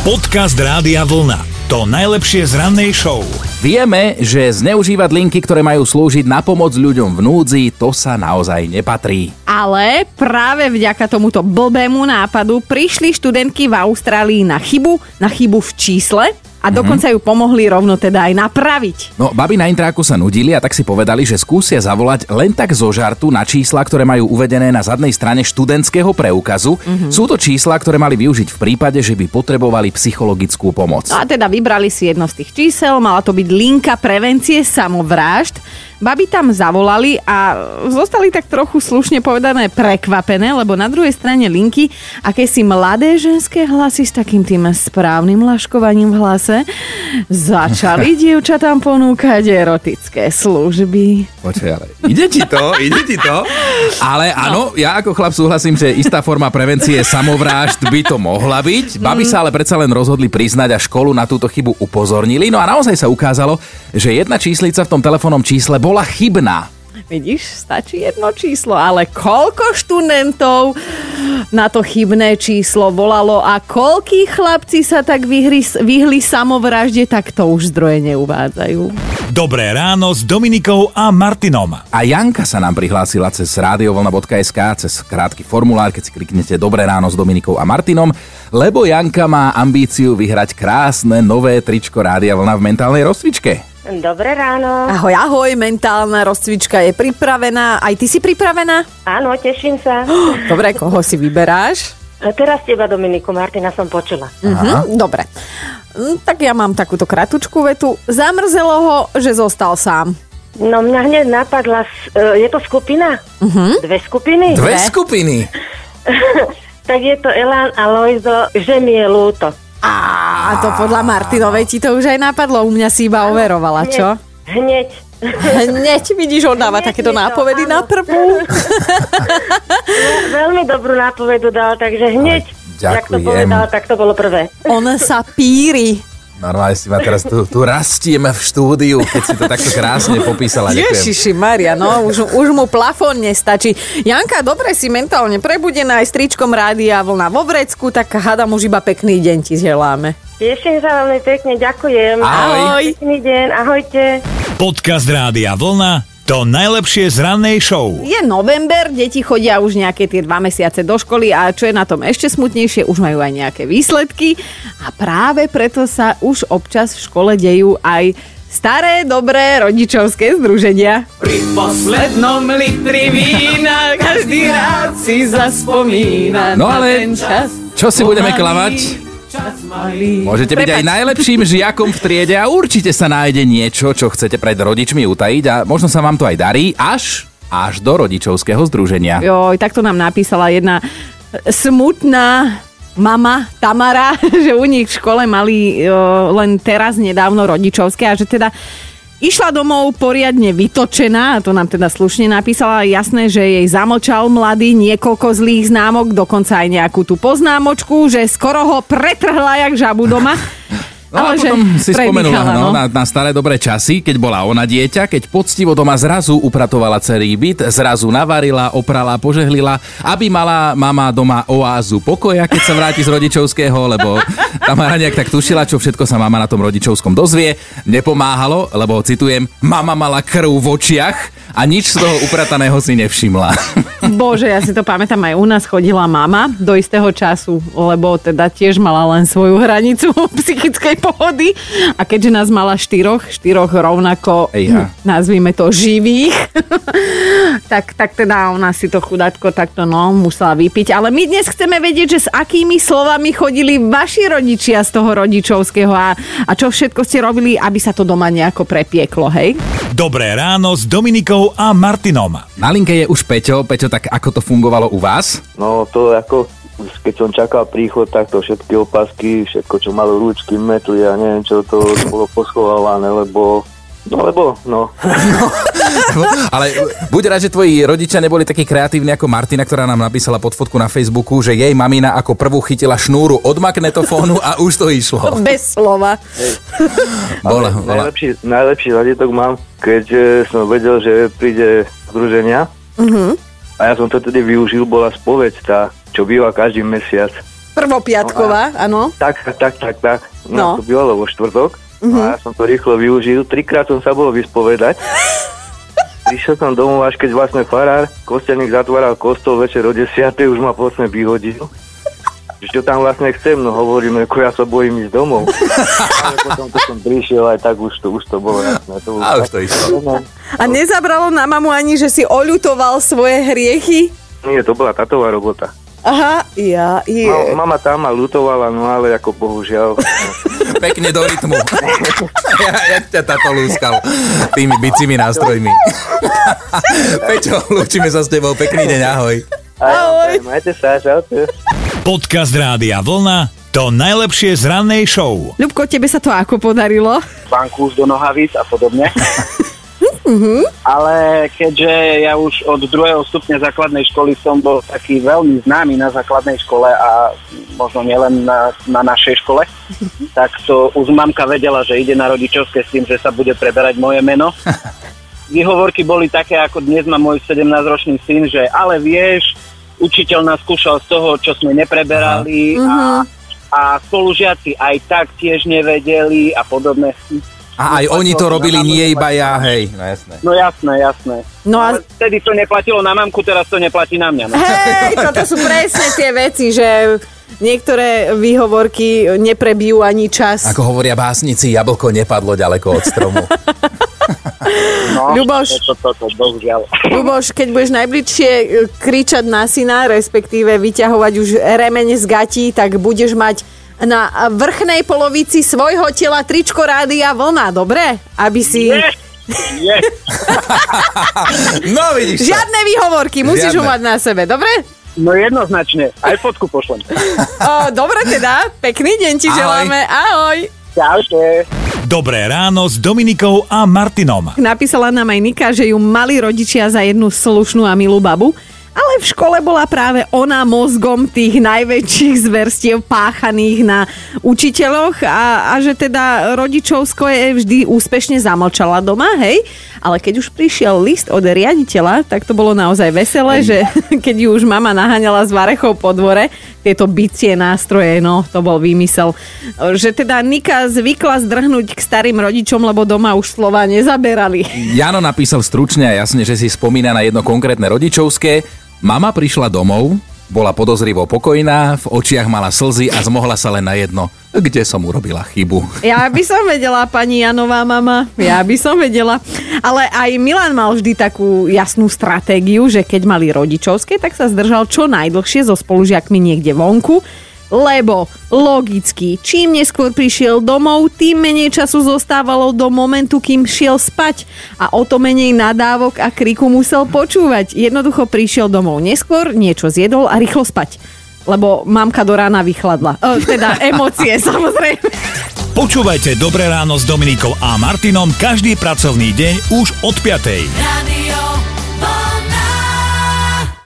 Podcast Rádia Vlna. To najlepšie z rannej show. Vieme, že zneužívať linky, ktoré majú slúžiť na pomoc ľuďom v núdzi, to sa naozaj nepatrí. Ale práve vďaka tomuto blbému nápadu prišli študentky v Austrálii na chybu v čísle a dokonca ju pomohli rovno teda aj napraviť. No, baby na intráku sa nudili a tak si povedali, že skúsia zavolať len tak zo žartu na čísla, ktoré majú uvedené na zadnej strane študentského preukazu. Sú to čísla, ktoré mali využiť v prípade, že by potrebovali psychologickú pomoc. No a teda vybrali si jedno z tých čísel, mala to byť linka prevencie samovrážd. Baby tam zavolali a zostali tak trochu slušne povedané prekvapené, lebo na druhej strane linky akési mladé ženské hlasy s takým tým správnym laškovaním v hlase začali dievčatám ponúkať erotické služby. Počkaj, ale ide ti to? Ale áno, ja ako chlap súhlasím, že istá forma prevencie samovrážd by to mohla byť. Baby sa ale predsa len rozhodli priznať a školu na túto chybu upozornili. No a naozaj sa ukázalo, že jedna číslica v tom telefónnom čísle bola chybná. Vidíš, stačí jedno číslo, ale koľko študentov na to chybné číslo volalo a koľkí chlapci sa tak vyhli samovražde, tak to už zdroje neuvádzajú. Dobré ráno s Dominikou a Martinom. A Janka sa nám prihlásila cez radiovlna.sk, cez krátky formulár, keď si kliknete Dobré ráno s Dominikou a Martinom, lebo Janka má ambíciu vyhrať krásne nové tričko Rádia Vlna v mentálnej rozcvičke. Dobré ráno. Ahoj, mentálna rozcvička je pripravená. Aj ty si pripravená? Áno, teším sa. Dobre, koho si vyberáš? Teraz teba, Dominiku, Martina som počula. Dobre. Tak ja mám takúto kratučku vetu. Zamrzelo ho, že zostal sám. No mňa hneď napadla, je to skupina? Dve skupiny? Dve skupiny? Tak je to Elan a Lojzo, že mi je ľúto. A to podľa Martinovej ti to už aj napadlo, u mňa si iba overovala, čo? Hneď, vidíš, on dáva takéto nápovedy na prvú. Veľmi dobrú nápovedu dal, takže hneď, jak to povedal, tak to bolo prvé. On sa píri. Normálne si ma teraz tu rastiem v štúdiu, keď si to takto krásne popísala. Ježiši Maria, no už mu plafón nestačí. Janka, dobre si mentálne prebudená aj s tričkom Rádia Vlna vo vrecku, tak hádam už iba pekný deň ti želáme. Teším sa veľmi pekne, ďakujem. Ahoj. Pekný deň, ahojte. Podcast Rádia Vlna. To najlepšie z rannej show. Je november, deti chodia už nejaké tie 2 mesiace do školy a čo je na tom ešte smutnejšie, už majú aj nejaké výsledky a práve preto sa už občas v škole dejú aj staré, dobré rodičovské združenia. Pri poslednom litri vína každý rád si zaspomína. No ale čo si budeme klamať? Môžete byť aj najlepším žiakom v triede a určite sa nájde niečo, čo chcete pred rodičmi utajiť a možno sa vám to aj darí až do rodičovského združenia. Joj, takto nám napísala jedna smutná mama Tamara, že u nich v škole mali len teraz nedávno rodičovské a že teda išla domov poriadne vytočená, a to nám teda slušne napísala, jasné, že jej zamlčal mladý niekoľko zlých známok, dokonca aj nejakú tú poznámočku, že skoro ho pretrhla jak žabu doma. No ale a potom si spomenula na staré dobré časy, keď bola ona dieťa, keď poctivo doma zrazu upratovala celý byt, zrazu navarila, oprala, požehlila, aby mala mama doma oázu pokoja, keď sa vráti z rodičovského, lebo Tamara nejak tak tušila, čo všetko sa mama na tom rodičovskom dozvie. Nepomáhalo, lebo citujem, mama mala krv v očiach a nič z toho uprataného si nevšimla. Bože, ja si to pamätám, aj u nás chodila mama do istého času, lebo teda tiež mala len svoju hranicu psychickej pohody a keďže nás mala štyroch rovnako, nazvime to živých, tak teda ona si to chudátko takto musela vypiť. Ale my dnes chceme vedieť, že s akými slovami chodili vaši rodičia z toho rodičovského a čo všetko ste robili, aby sa to doma nejako prepieklo, hej? Dobré ráno s Dominikou a Martinom. Na linke je už Peťo. Peťo, tak ako to fungovalo u vás? No to ako keď som čakal príchod, tak to všetky opasky, všetko, čo malo rúčky, metly a neviem čo, to bolo poschovávané, lebo Ale buď rád, že tvoji rodičia neboli takí kreatívni ako Martina, ktorá nám napísala pod fotku na Facebooku, že jej mamina ako prvú chytila šnúru od magnetofónu a už to išlo. Bez slova. Bola. Najlepší zážitok mám, keď som vedel, že príde združenia. A ja som to tedy využil, bola spoveď tá, čo býva každý mesiac. Prvopiatková, áno. Tak. No. To bývalo vo štvrtok. A ja som to rýchlo využil. 3-krát som sa bol vyspovedať. Prišiel som domov, až keď vlastne farár, kostelník zatváral kostol večer o 10. už ma vlastne vyhodil. Čo tam vlastne chcem, no hovorím, ako ja sa bojím ísť domov. Ale potom, keď som prišiel, aj tak už to bolo jasné. A už to išlo. A nezabralo na mamu ani, že si oľutoval svoje hriechy? Nie, to bola tátová robota. Aha, Mama tam ma ľutovala, no ale ako bohužiaľ. Pekne do rytmu. Jak ťa táto lúskal tými bicími nástrojmi. Peťo, lúčime sa s tebou. Pekný deň, ahoj. Ahoj. Majte sa, čaute. Podcast Rádia Vlna, to najlepšie z rannej show. Ľubko, tebe sa to ako podarilo? Bankus do nohavíc a podobne. Ale keďže ja už od 2. stupňa základnej školy som bol taký veľmi známy na základnej škole a možno nielen na našej škole, tak to už mamka vedela, že ide na rodičovské s tým, že sa bude preberať moje meno. Výhovorky boli také, ako dnes má môj 17-ročný syn, že ale vieš, učiteľ nás skúšal z toho, čo sme nepreberali a spolužiaci aj tak tiež nevedeli a podobné. A aj oni to robili, nie iba ja, hej. No jasné. No jasné. No a... Vtedy to neplatilo na mamku, teraz to neplatí na mňa. No. Hej, toto sú presne tie veci, že niektoré výhovorky neprebijú ani čas. Ako hovoria básnici, jablko nepadlo ďaleko od stromu. No, Ľuboš, Ľuboš, keď budeš najbližšie kričať na syna, respektíve vyťahovať už remeň z gatí, tak budeš mať na vrchnej polovici svojho tela tričko Rádia Vlna, dobre? Aby si... Nie. No vidíš to. Žiadne výhovorky, musíš ho mať na sebe, dobre? No jednoznačne, aj fotku pošlem. Dobre teda, pekný deň ti želáme, ahoj. Čaute. Dobré ráno s Dominikou a Martinom. Napísala nám aj Nika, že ju mali rodičia za jednu slušnú a milú babu, ale v škole bola práve ona mozgom tých najväčších zverstiev páchaných na učiteľoch a že teda rodičovsko je vždy úspešne zamlčala doma, hej? Ale keď už prišiel list od riaditeľa, tak to bolo naozaj veselé, že keď ju už mama naháňala z varechov po dvore, tieto bicie nástroje, no to bol výmysel. Že teda Nika zvykla zdrhnúť k starým rodičom, lebo doma už slova nezaberali. Jano napísal stručne a jasne, že si spomína na jedno konkrétne rodičovské. Mama prišla domov, bola podozrivo pokojná, v očiach mala slzy a zmohla sa len na jedno. Kde som urobila chybu? Ja by som vedela, pani Janová mama, ja by som vedela. Ale aj Milan mal vždy takú jasnú stratégiu, že keď mali rodičovské, tak sa zdržal čo najdlhšie so spolužiakmi niekde vonku, lebo logicky, čím neskôr prišiel domov, tým menej času zostávalo do momentu, kým šiel spať a o to menej nadávok a kriku musel počúvať. Jednoducho prišiel domov neskôr, niečo zjedol a rýchlo spať, lebo mamka do rána vychladla. Teda emócie, samozrejme. Počúvajte Dobré ráno s Dominikou a Martinom každý pracovný deň už od 5:00.